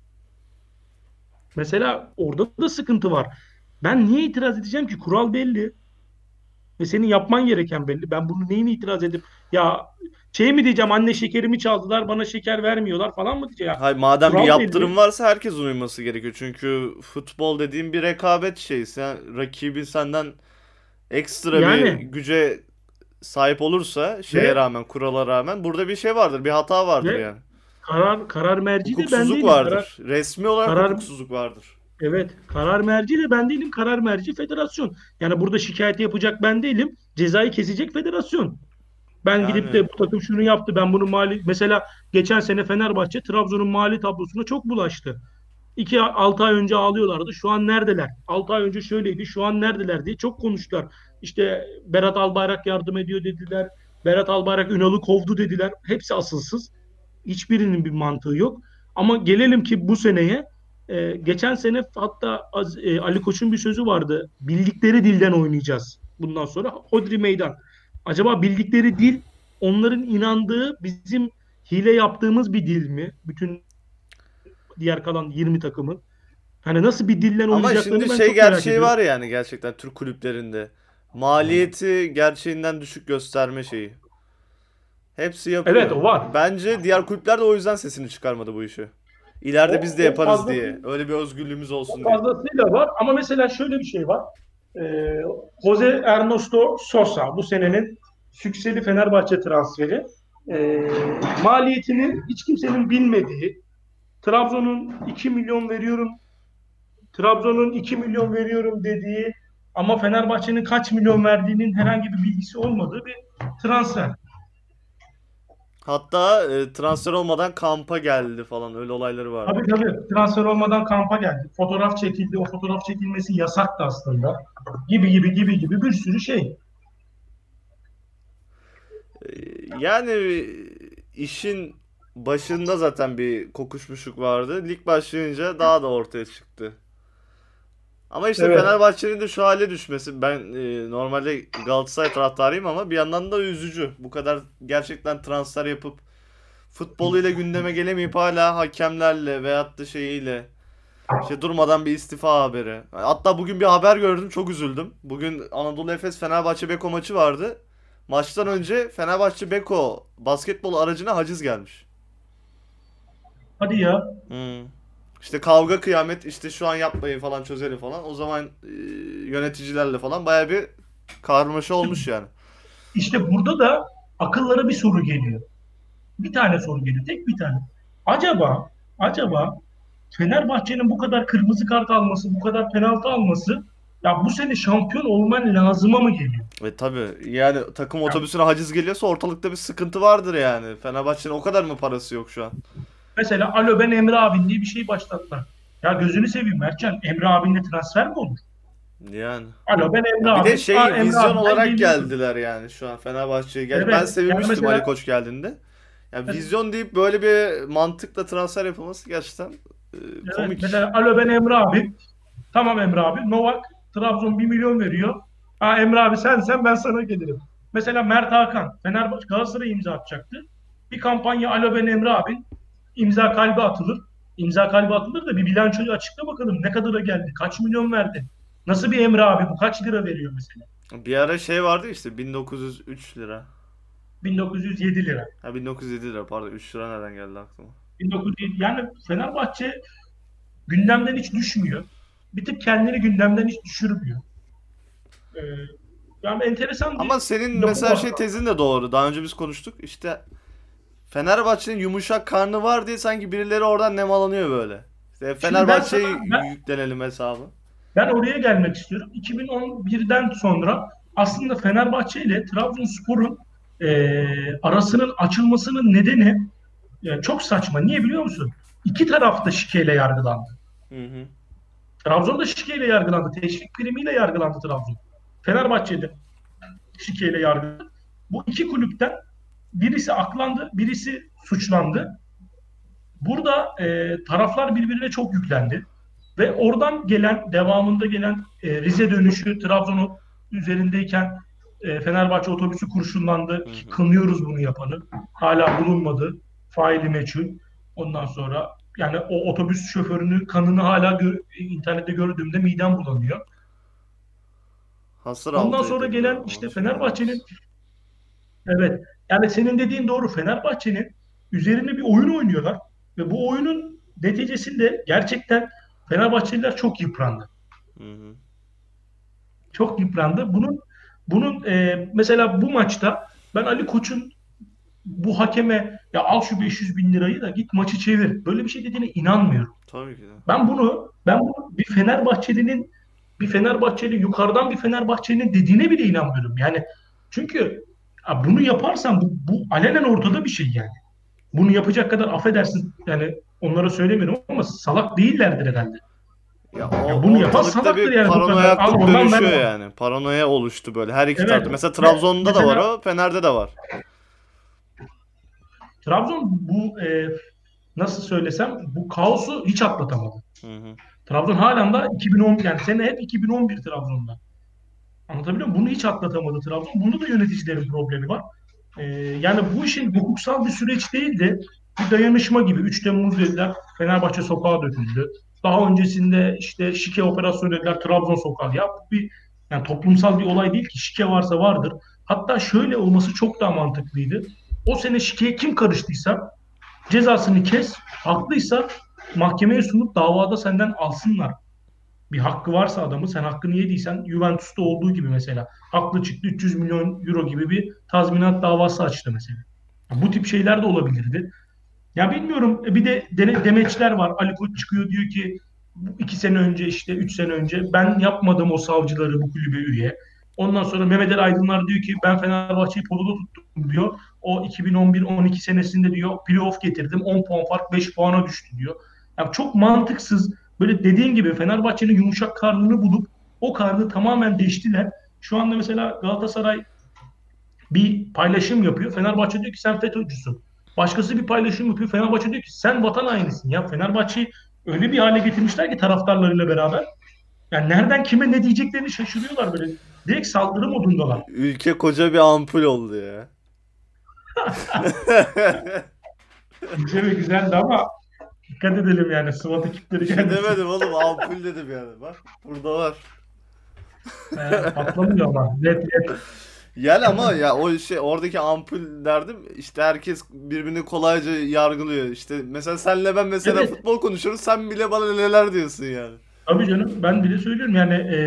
Mesela orada da sıkıntı var. Ben niye itiraz edeceğim ki? Kural belli ve senin yapman gereken belli. Ben bunu neyine itiraz edip ya şey mi diyeceğim, anne şekerimi çaldılar bana şeker vermiyorlar falan mı diyeceğim ya? Hayır, madem bir Kural yaptırım belli. varsa herkesin uyması gerekiyor. Çünkü futbol dediğim bir rekabet şeyi. Sen rakibin senden ekstra bir Yani güce sahip olursa şeye ve rağmen, kurala rağmen burada bir şey vardır, bir hata vardır ve yani. karar karar merci de ben Hukuksuzluk değilim. Karar vardır. Resmi olarak karar hukuksuzluk vardır. evet, karar merci de ben değilim. Karar merci federasyon. Yani burada şikayeti yapacak ben değilim. Cezayı kesecek federasyon. Ben gidip Yani de bu takım şunu yaptı. Ben bunu mali mesela geçen sene Fenerbahçe Trabzon'un mali tablosuna çok bulaştı. iki altı ay önce ağlıyorlardı. Şu an neredeler? altı ay önce şöyleydi. Şu an neredeler diye çok konuştular. İşte Berat Albayrak yardım ediyor dediler. Berat Albayrak Ünal'ı kovdu dediler. Hepsi asılsız. Hiçbirinin bir mantığı yok. Ama gelelim ki bu seneye, e, geçen sene hatta az- e, Ali Koç'un bir sözü vardı. Bildikleri dilden oynayacağız. Bundan sonra Hodri Meydan. Acaba bildikleri dil onların inandığı bizim hile yaptığımız bir dil mi? Bütün diğer kalan yirmi takımın. Hani nasıl bir dilden ama oynayacaklarını şimdi ben şey çok merak gerçeği ediyorum. var yani, gerçekten Türk kulüplerinde. Maliyeti gerçeğinden düşük gösterme şeyi. Hepsi Evet, yapıyor. o var. Bence diğer kulüpler de o yüzden sesini çıkarmadı bu işi. İleride biz O, de o yaparız fazlası, diye. Öyle bir özgürlüğümüz o olsun diye. fazlasıyla var. Ama mesela şöyle bir şey var. Ee, Jose Ernesto Sosa bu senenin sükseli Fenerbahçe transferi. Ee, maliyetini hiç kimsenin bilmediği, Trabzon'un iki milyon veriyorum, Trabzon'un iki milyon veriyorum dediği ama Fenerbahçe'nin kaç milyon verdiğinin herhangi bir bilgisi olmadığı bir transfer. Hatta e, transfer olmadan kampa geldi falan, öyle olayları vardı. Tabii tabii, transfer olmadan kampa geldi. Fotoğraf çekildi. O fotoğraf çekilmesi yasaktı aslında. Gibi gibi gibi gibi bir sürü şey. E, Yani e, işin başında zaten bir kokuşmuşluk vardı. Lig başlayınca daha da ortaya çıktı. Ama işte Evet. Fenerbahçe'nin de şu hale düşmesi, ben e, normalde Galatasaray taraftarıyım ama bir yandan da üzücü. Bu kadar gerçekten transfer yapıp futboluyla gündeme gelemeyip hala hakemlerle veyahut da şeyiyle işte durmadan bir istifa haberi. Hatta bugün bir haber gördüm, çok üzüldüm. Bugün Anadolu Efes Fenerbahçe Beko maçı vardı. Maçtan önce Fenerbahçe Beko basketbol aracına haciz gelmiş. Hadi ya. Hmm. İşte kavga kıyamet, işte şu an yapmayın falan, çözelim falan. O zaman e, yöneticilerle falan baya bir karmaşa olmuş yani. İşte burada da akıllara bir soru geliyor. Bir tane soru geliyor. Tek bir tane. Acaba acaba Fenerbahçe'nin bu kadar kırmızı kart alması, bu kadar penaltı alması ya bu sene şampiyon olman lazıma mı geliyor? Ve tabii yani takım Ya otobüsüne haciz geliyorsa ortalıkta bir sıkıntı vardır yani. Fenerbahçe'nin o kadar mı parası yok şu an? mesela alo ben Emre abin diye bir şey başlattılar. Ya gözünü seveyim Mertcan. Emre abinle transfer mi olur? Yani. Alo ben Emre Ya bir de abin. Aa, şey, Emre vizyon abinden olarak geliyorum. geldiler yani şu an Fenerbahçe'ye. Gel, ben Evet. Yani sevinmiştim Ali mesela Koç geldiğinde. Ya vizyon deyip böyle bir mantıkla transfer yapılması gerçekten e, evet, komik. mesela alo ben Emre abi. Tamam Emre abi. Novak Trabzon bir milyon veriyor. Ha Emre abi sen sen ben sana gelirim. Mesela Mert Hakan Fenerbahçe Galatasaray imza atacaktı. Bir kampanya alo ben Emre abi. İmza kalbi atılır. İmza kalbi atılır da bir bilançoyu açıkla bakalım. Ne kadara geldi? Kaç milyon verdi? Nasıl bir Emre abi bu? Kaç lira veriyor mesela? Bir ara şey vardı işte, bin dokuz yüz üç lira. bin dokuz yüz yedi lira. Ha, bin dokuz yüz yedi lira, pardon, üç lira nereden geldi aklıma? bin dokuz yüz yedi yani Fenerbahçe gündemden hiç düşmüyor. Bir tık kendini gündemden hiç düşürmüyor. Ee, yani enteresan Ama bir senin yapı mesela var. şey tezin de doğru. Daha önce biz konuştuk. İşte Fenerbahçe'nin yumuşak karnı var diye sanki birileri oradan nemalanıyor böyle. İşte Şimdi ben Fenerbahçe'ye sana ben, yüklenelim hesabı. ben oraya gelmek istiyorum. iki bin on birden sonra aslında Fenerbahçe ile Trabzonspor'un e, arasının açılmasının nedeni e, çok saçma. Niye biliyor musun? İki taraf da şikeyle yargılandı. Hı hı. Trabzon da şikeyle yargılandı. Teşvik primiyle yargılandı Trabzon. Fenerbahçe'de şikeyle yargılandı. Bu iki kulüpten birisi aklandı, birisi suçlandı. Burada e, taraflar birbirine çok yüklendi. Ve oradan gelen, devamında gelen e, Rize dönüşü Trabzon'un üzerindeyken e, Fenerbahçe otobüsü kurşunlandı. Hı Ki hı. kınıyoruz bunu yapanı. Hala bulunmadı. Faili meçhul. Ondan sonra yani o otobüs şoförünün kanını hala gö- internette gördüğümde midem bulanıyor. Hasır Ondan altı sonra edildi. gelen O işte şoförümüz. Fenerbahçe'nin, evet, yani senin dediğin doğru, Fenerbahçe'nin üzerine bir oyun oynuyorlar ve bu oyunun neticesinde gerçekten Fenerbahçeliler çok yıprandı. Hı hı. Çok yıprandı. Bunun bunun e, mesela bu maçta ben Ali Koç'un bu hakeme ya al şu beş yüz bin lirayı da git maçı çevir, böyle bir şey dediğine inanmıyorum. Tabii ki de. Ben bunu ben bunu bir Fenerbahçelinin bir Fenerbahçeli yukarıdan bir Fenerbahçelinin dediğine bile inanmıyorum. Yani çünkü ya bunu yaparsan bu, bu alenen ortada bir şey yani. Bunu yapacak kadar, affedersin yani, onlara söylemiyorum ama salak değillerdir herhalde. Ya o Ya bunu yapan ortalıkta salaktır bir yani, bu kadar. Al paranoyaklık ondan ver dönüşüyor bana. yani. Paranoya oluştu böyle her iki Evet. tarafta. Mesela Ve Trabzon'da da var mesela o, Fener'de de var. Trabzon bu e, nasıl söylesem bu kaosu hiç atlatamadı. Hı hı. Trabzon halen da iki bin on, yani sene hep iki bin on bir Trabzon'da. Anlatabiliyor muyum? Bunu hiç atlatamadı Trabzon. Bunda da yöneticilerin problemi var. Ee, yani bu işin hukuksal bir süreç değil de bir dayanışma gibi. üç Temmuz dediler, Fenerbahçe sokağa döküldü. Daha öncesinde işte şike operasyonu dediler, Trabzon sokağı. Ya bu bir, yani toplumsal bir olay değil ki. Şike varsa vardır. Hatta şöyle olması çok daha mantıklıydı. O sene şikeye kim karıştıysa cezasını kes. Haklıysa mahkemeye sunup davada senden alsınlar. Bir hakkı varsa adamı, sen hakkını yediysen, Juventus'ta olduğu gibi mesela haklı çıktı, üç yüz milyon euro gibi bir tazminat davası açtı mesela. Ya bu tip şeyler de olabilirdi. Ya bilmiyorum, e, bir de dene- demeçler var. Ali Koç çıkıyor diyor ki bu iki sene önce, işte üç sene önce ben yapmadım o savcıları bu kulübe üye. Ondan sonra Mehmet Ali Aydınlar diyor ki ben Fenerbahçe'yi pododa tuttum diyor. O iki bin on bir on iki senesinde diyor playoff getirdim, on puan fark beş puana düştü diyor. Ya çok mantıksız. Böyle dediğin gibi Fenerbahçe'nin yumuşak karnını bulup o karnı tamamen deştiler. Şu anda mesela Galatasaray bir paylaşım yapıyor. Fenerbahçe diyor ki sen FETÖ'cüsün. Başkası bir paylaşım yapıyor. Fenerbahçe diyor ki sen vatan hainisin. Ya Fenerbahçe'yi öyle bir hale getirmişler ki taraftarlarıyla beraber. Yani nereden kime ne diyeceklerini şaşırıyorlar böyle. Direkt saldırı modundalar. Ülke koca bir ampul oldu ya. Güzel ve güzeldi ama dikkat edelim yani, SWAT Bir ekipleri şey gelmesin. demedim oğlum, ampul dedim yani. Bak burada var. Ee, patlamıyor ama. Net net. Yani ama ya o şey oradaki ampul derdim işte herkes birbirini kolayca yargılıyor. İşte mesela senle ben mesela Evet. futbol konuşuyoruz, sen bile bana neler diyorsun yani. Tabii canım. Ben bile söylüyorum yani, e,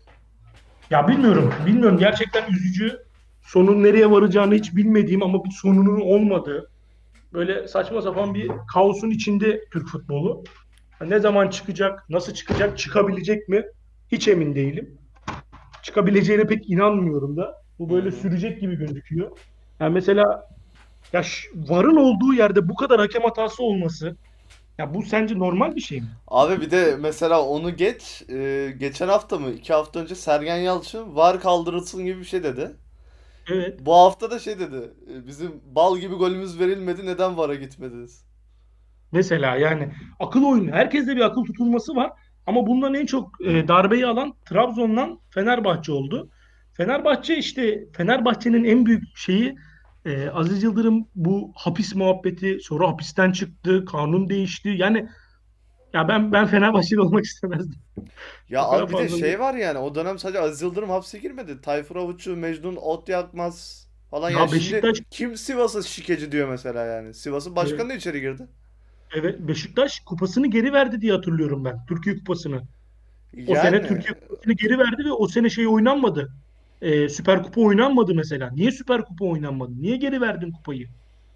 ya bilmiyorum. Bilmiyorum. Gerçekten üzücü. Sonun nereye varacağını hiç bilmediğim ama bir sonunun olmadığı, böyle saçma sapan bir kaosun içinde Türk futbolu. Ne zaman çıkacak, nasıl çıkacak, çıkabilecek mi? Hiç emin değilim. Çıkabileceğine pek inanmıyorum da. Bu Hı böyle hı. sürecek gibi gözüküyor. Yani mesela ya ş- VAR'ın olduğu yerde bu kadar hakem hatası olması, ya bu sence normal bir şey mi? Abi bir de mesela onu geç, e, geçen hafta mı iki hafta önce Sergen Yalçın VAR kaldırılsın gibi bir şey dedi. Evet. Bu hafta da şey dedi, e, bizim bal gibi golümüz verilmedi, neden VAR'a gitmediniz? Mesela yani akıl oyunu. Herkeste bir akıl tutulması var. Ama bundan en çok e, darbeyi alan Trabzon'dan Fenerbahçe oldu. Fenerbahçe işte Fenerbahçe'nin en büyük şeyi, e, Aziz Yıldırım bu hapis muhabbeti, sonra hapisten çıktı, kanun değişti. Yani ya ben ben Fenerbahçeli olmak istemezdim. Ya O abi kadar bir de fazla. şey var yani, o dönem sadece Aziz Yıldırım hapse girmedi. Tayfur Avuççu, Mecnun Ot Yakmaz falan, yani Ya şimdi Beşiktaş, kim Sivas'a şikeci diyor mesela yani. Sivas'ın evet, başkanı da içeri girdi. evet, Beşiktaş kupasını geri verdi diye hatırlıyorum ben. Türkiye kupasını. O sene Yani Türkiye kupasını geri verdi ve o sene şey oynanmadı. Ee, Süper Kupa oynanmadı mesela. Niye Süper Kupa oynanmadı? Niye geri verdin kupayı?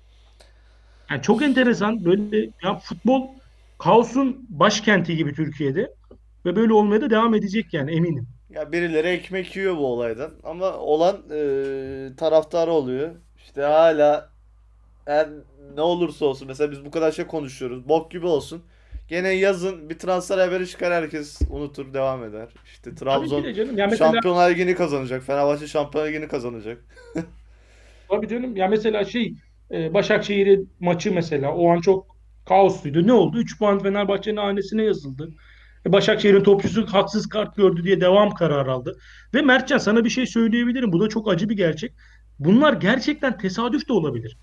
Yani çok işte enteresan, böyle ya, futbol kaosun başkenti gibi Türkiye'de ve böyle olmaya da devam edecek yani, eminim. ya birileri ekmek yiyor bu olaydan ama olan e, taraftarı oluyor. İşte hala her ne olursa olsun, mesela biz bu kadar şey konuşuyoruz. Bok gibi olsun. Gene yazın bir transfer haberi çıkar, herkes unutur devam eder. İşte Tabii ki Trabzon de canım. Ya mesela, Şampiyonlar Ligi'ni kazanacak. Fenerbahçe Şampiyonlar Ligi'ni kazanacak. tabii canım. Ya mesela şey, e, Başakşehir maçı mesela o an çok kaosluydu. Ne oldu? Üç puan Fenerbahçe'nin hanesine yazıldı. E, Başakşehir'in topçusu haksız kart gördü diye devam kararı aldı. Ve Mertcan, sana bir şey söyleyebilirim. Bu da çok acı bir gerçek. Bunlar gerçekten tesadüf de olabilir.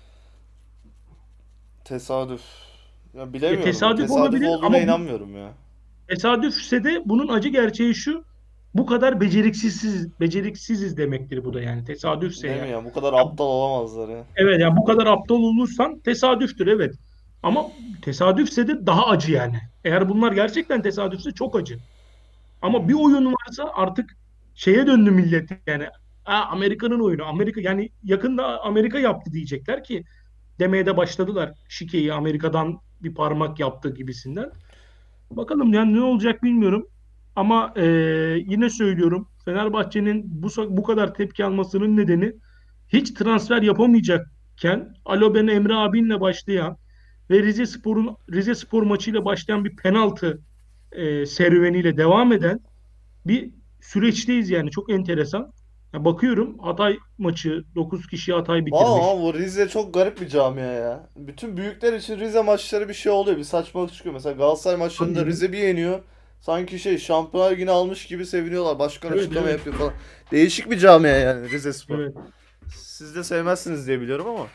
Tesadüf. Ya E, bilemiyorum ya. tesadüf Tesadüf olabilir olduğuna ama bu inanmıyorum ya. tesadüfse de bunun acı gerçeği şu: bu kadar beceriksiz beceriksiziz demektir bu da, yani tesadüfse Değil mi yani. ya? Bu kadar Ya, aptal olamazlar ya. evet, yani bu kadar aptal olursan tesadüftür, evet. Ama tesadüfse de daha acı yani. Eğer bunlar gerçekten tesadüfse çok acı. Ama bir oyun varsa artık şeye döndü millet yani. Aa, Amerika'nın oyunu. Amerika, yani yakında Amerika yaptı diyecekler ki, demeye de başladılar. Şikeyi Amerika'dan bir parmak yaptı gibisinden. Bakalım yani ne olacak bilmiyorum. Ama e, yine söylüyorum, Fenerbahçe'nin bu bu kadar tepki almasının nedeni, hiç transfer yapamayacakken Aloben Emre abinle başlayan ve Rize Spor'un Rize Spor maçıyla başlayan bir penaltı e, serüveniyle devam eden bir süreçteyiz yani. Çok enteresan. Ya bakıyorum, Hatay maçı dokuz kişi Hatay Valla bitirmiş. ama bu Rize çok garip bir camia ya. Bütün büyükler için Rize maçları bir şey oluyor. Bir saçmalık çıkıyor. Mesela Galatasaray Tabii maçlarında canım. Rize bir yeniyor. Sanki şey Şampiyonlar Ligi'ni almış gibi seviniyorlar. Başkan Evet, açıklama evet. yapıyor falan. Değişik bir camia yani Rize Spor. Evet. Siz de sevmezsiniz diye biliyorum ama.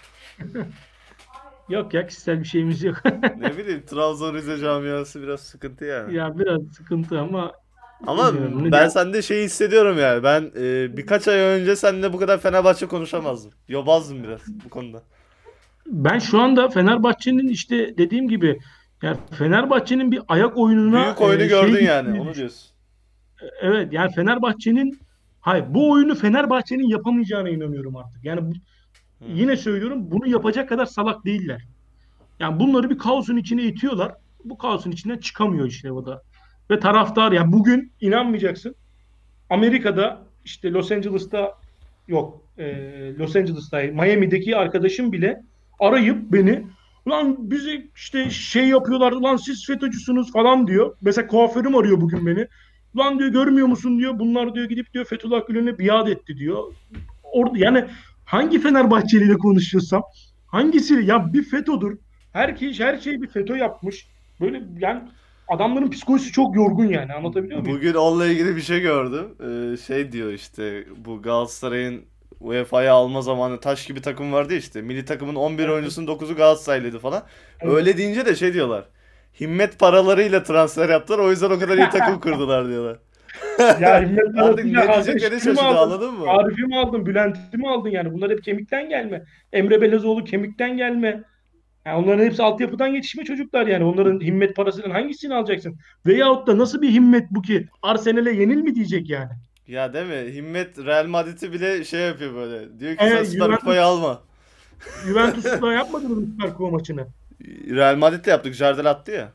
Yok ya, kişisel bir şeyimiz yok. Ne bileyim Trabzon Rize camiası biraz sıkıntı yani. Ya biraz sıkıntı ama Ama bilmiyorum. Ne ben diyeyim? sende şeyi hissediyorum yani. Ben e, birkaç ay önce seninle bu kadar Fenerbahçe konuşamazdım. Yobazdım biraz bu konuda. Ben şu anda Fenerbahçe'nin, işte dediğim gibi, yani Fenerbahçe'nin bir ayak oyununa Büyük oyunu e, şey gördün yani. gittiğini Onu düşün. diyorsun. Evet, yani Fenerbahçe'nin, hayır, bu oyunu Fenerbahçe'nin yapamayacağına inanıyorum artık. Yani bu- Hmm. yine söylüyorum, bunu yapacak kadar salak değiller. Yani bunları bir kaosun içine itiyorlar. Bu kaosun içinden çıkamıyor işte o da. Ve taraftar, yani bugün inanmayacaksın, Amerika'da, işte Los Angeles'ta, yok e, Los Angeles'ta, Miami'deki arkadaşım bile arayıp beni, ulan bizi işte şey yapıyorlar, ulan siz FETÖ'cüsünüz falan diyor. Mesela kuaförüm arıyor bugün beni. Ulan diyor, görmüyor musun diyor, bunlar diyor gidip diyor Fethullah Gülen'e biat etti diyor. Orada yani, hangi Fenerbahçeli ile konuşuyorsam, hangisi ya bir FETÖ'dür. Herkes her şeyi bir FETÖ yapmış. Böyle yani, adamların psikolojisi çok yorgun yani, anlatabiliyor muyum? Bugün onunla ilgili bir şey gördüm. Ee, şey diyor işte bu Galatasaray'ın U E F A'ya alma zamanı taş gibi takım vardı ya işte. Milli takımın on bir Evet, oyuncusunun dokuzu Galatasaraylıydı falan. evet. Öyle deyince de şey diyorlar. Himmet paralarıyla transfer yaptılar. O yüzden o kadar iyi takım kurdular diyorlar. Ya himmet Artık parasıyla ne kanka diyeceklerini Işık'ı mı şaşırdı aldın? anladın mı? Arif'i mi aldın? Bülent'i mi aldın yani? Bunlar hep kemikten gelme. Emre Belezoğlu kemikten gelme. Yani onların hepsi altyapıdan yetişme çocuklar yani. Onların himmet parasıyla hangisini alacaksın? Veyahut da nasıl bir himmet bu ki? Arsenal'e yenil mi diyecek yani? Ya değil mi? Himmet Real Madrid'i bile şey yapıyor böyle. Diyor ki sen E, Süper Juventus, Kupayı alma. Juventus'la yapmadınız mı Süper Kupa maçını? Real Madrid'le yaptık. Jardel attı ya.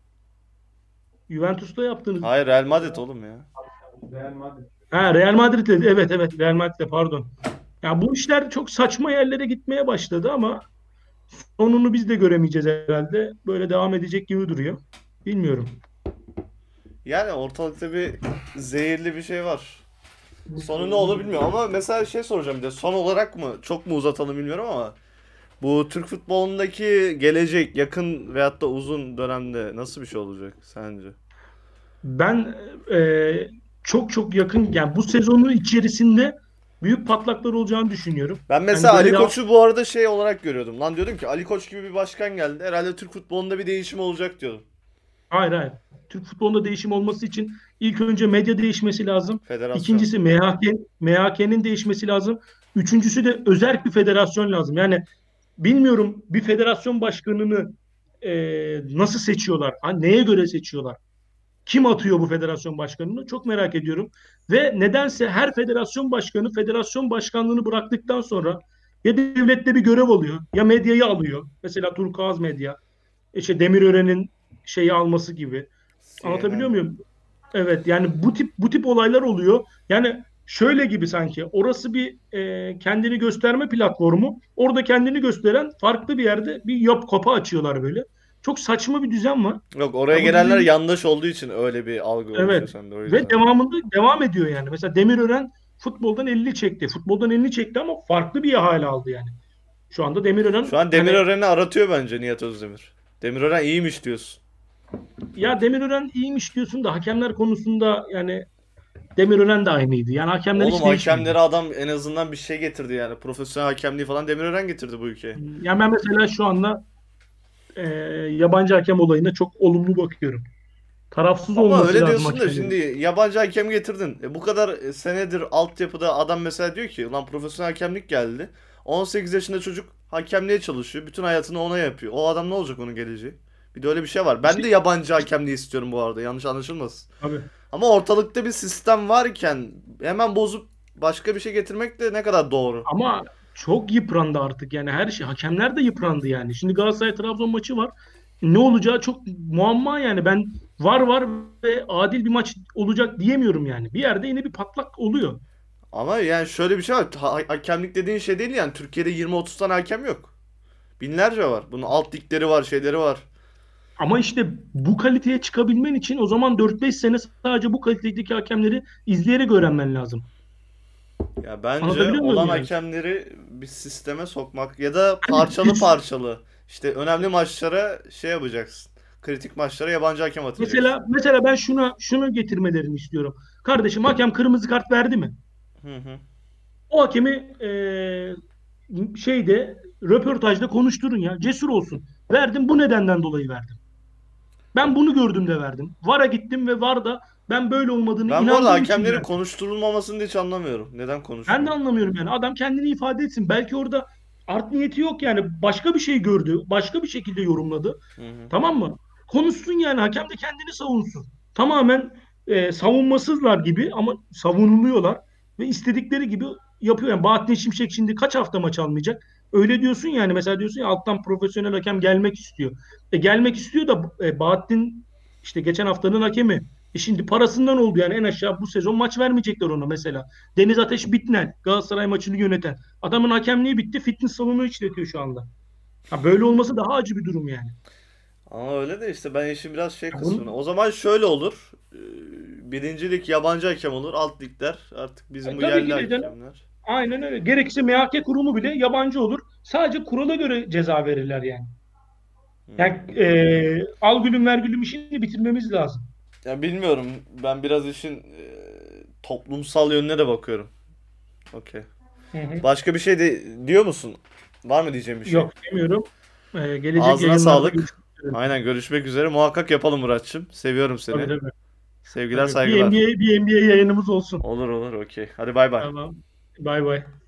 Juventus'ta yaptınız. Hayır Real Madrid oğlum ya. Ha, Real Madrid'le, evet, evet, Real Madrid'le, pardon. Ya bu işler çok saçma yerlere gitmeye başladı ama sonunu biz de göremeyeceğiz herhalde. Böyle devam edecek gibi duruyor. Bilmiyorum. Yani ortalıkta bir zehirli bir şey var. Sonu ne olur bilmiyorum ama mesela şey soracağım bir de son olarak mı çok mu uzatalım bilmiyorum ama bu Türk futbolundaki gelecek yakın veyahut da uzun dönemde nasıl bir şey olacak sence? Ben e, çok çok yakın, yani bu sezonun içerisinde büyük patlaklar olacağını düşünüyorum. Ben Yani mesela böyle Ali devam. Koç'u bu arada şey olarak görüyordum. Lan diyordum ki Ali Koç gibi bir başkan geldi. Herhalde Türk futbolunda bir değişim olacak diyordum. Hayır, hayır. Türk futbolunda değişim olması için ilk önce medya değişmesi lazım. Federasyon. İkincisi M H K, M H K'nin değişmesi lazım. Üçüncüsü de özerk bir federasyon lazım. Yani bilmiyorum, bir federasyon başkanını e, nasıl seçiyorlar? Ha, neye göre seçiyorlar? Kim atıyor bu federasyon başkanını? Çok merak ediyorum. Ve nedense her federasyon başkanı federasyon başkanlığını bıraktıktan sonra ya devlette bir görev alıyor, ya medyayı alıyor. Mesela Turkuaz Medya, işte Demirören'in şeyi alması gibi. Anlatabiliyor C N N. muyum? Evet, yani bu tip bu tip olaylar oluyor. Yani şöyle gibi, sanki orası bir e, kendini gösterme platformu. Orada kendini gösteren farklı bir yerde bir yap kapı açıyorlar böyle. Çok saçma bir düzen var. Yok oraya Ya bu gelenler düzeni, yandaş olduğu için öyle bir algı oluşuyor evet, sende o ve yüzden. devamında devam ediyor yani. Mesela Demirören futboldan elini çekti. Futboldan elini çekti ama farklı bir hale aldı yani. Şu anda Şu Demirören an yani, Demirören'i aratıyor bence Nihat Özdemir. Demirören iyiymiş diyorsun. ya Demirören iyiymiş diyorsun da hakemler konusunda yani Demirören de aynıydı. Yani hakemler Oğlum hiç değişmedi. hakemleri adam en azından bir şey getirdi yani. Profesyonel hakemliği falan Demirören getirdi bu ülkeye. Yani ben mesela şu anda e, yabancı hakem olayına çok olumlu bakıyorum. Tarafsız Ama olması öyle lazım diyorsun da hakemlerin. şimdi yabancı hakem getirdin. E bu kadar e, senedir altyapıda adam mesela diyor ki lan profesyonel hakemlik geldi. on sekiz yaşında çocuk hakemliğe çalışıyor. Bütün hayatını ona yapıyor. O adam ne olacak onun geleceği? Bir de öyle bir şey var. Ben İşte, de yabancı işte hakemliği istiyorum bu arada. Yanlış anlaşılmasın. abi. Ama ortalıkta bir sistem varken hemen bozup başka bir şey getirmek de ne kadar doğru. Ama çok yıprandı artık yani her şey. Hakemler de yıprandı yani. Şimdi Galatasaray Trabzon maçı var. Ne olacağı çok muamma yani. Ben var var ve adil bir maç olacak diyemiyorum yani. Bir yerde yine bir patlak oluyor. Ama yani şöyle bir şey var. Ha- hakemlik dediğin şey değil yani. Türkiye'de yirmi otuz tane hakem yok. Binlerce var. Bunun alt ligleri var, şeyleri var. Ama işte bu kaliteye çıkabilmen için o zaman dört beş sene sadece bu kalitedeki hakemleri izleyerek öğrenmen lazım. Ya bence Anlatabiliyor muyum olan yani? hakemleri bir sisteme sokmak ya da Hani parçalı güç parçalı. İşte önemli maçlara şey yapacaksın. Kritik maçlara yabancı hakem atacaksın. mesela mesela ben şuna şunu getirmelerini istiyorum. Kardeşim hakem kırmızı kart verdi mi? Hı hı. O hakemi e, şeyde röportajda konuşturun ya. Cesur olsun. Verdim bu nedenden dolayı verdim. Ben bunu gördüm de verdim. VAR'a gittim ve VAR'da ben böyle olmadığını Ben bu arada inandığım için hakemlerin verdim. konuşturulmamasını da hiç anlamıyorum. Neden Ben de konuşmuyor? anlamıyorum yani. Adam kendini ifade etsin. Belki orada art niyeti yok yani. Başka bir şey gördü. Başka bir şekilde yorumladı. Hı hı. Tamam mı? Konuşsun yani. Hakem de kendini savunsun. Tamamen e, savunmasızlar gibi ama savunuluyorlar ve istedikleri gibi yapıyor. Yani Bahattin Şimşek şimdi kaç hafta maç almayacak? Öyle diyorsun yani. Mesela diyorsun ya alttan profesyonel hakem gelmek istiyor. E, gelmek istiyor da e, Bahattin işte geçen haftanın hakemi. E şimdi parasından oldu yani en aşağı bu sezon maç vermeyecekler ona mesela. Deniz Ateş Bitnen Galatasaray maçını yöneten. Adamın hakemliği bitti. Fitness salonu işletiyor şu anda. Ha, böyle olması daha acı bir durum yani. Ama öyle de işte ben işin biraz şey Ya kısmını. bunun, O zaman şöyle olur. Ee, Birincilik yabancı hakem olur. Alt ligler artık bizim e, bu tabii yerli ki de canım. hakemler. Aynen öyle. Gerekirse M H K kurumu bile yabancı olur. Sadece kurala göre ceza verirler yani. Yani Hmm. e, al gülüm ver gülüm işini bitirmemiz lazım. Ya bilmiyorum. Ben biraz işin e, toplumsal yönüne de bakıyorum. Okey. Hı hı. Başka bir şey de diyor musun? Var mı diyeceğim bir şey? Yok demiyorum. E, gelecek Ağzına yayınlarda sağlık. görüşmek üzere. Aynen görüşmek üzere. Muhakkak yapalım Muratçım. Seviyorum Tabii seni. tabii. Sevgiler Tabii. Bir saygılar. N B A, bir N B A yayınımız olsun. Olur olur okey. Hadi bay bay. Tamam. Bay bay.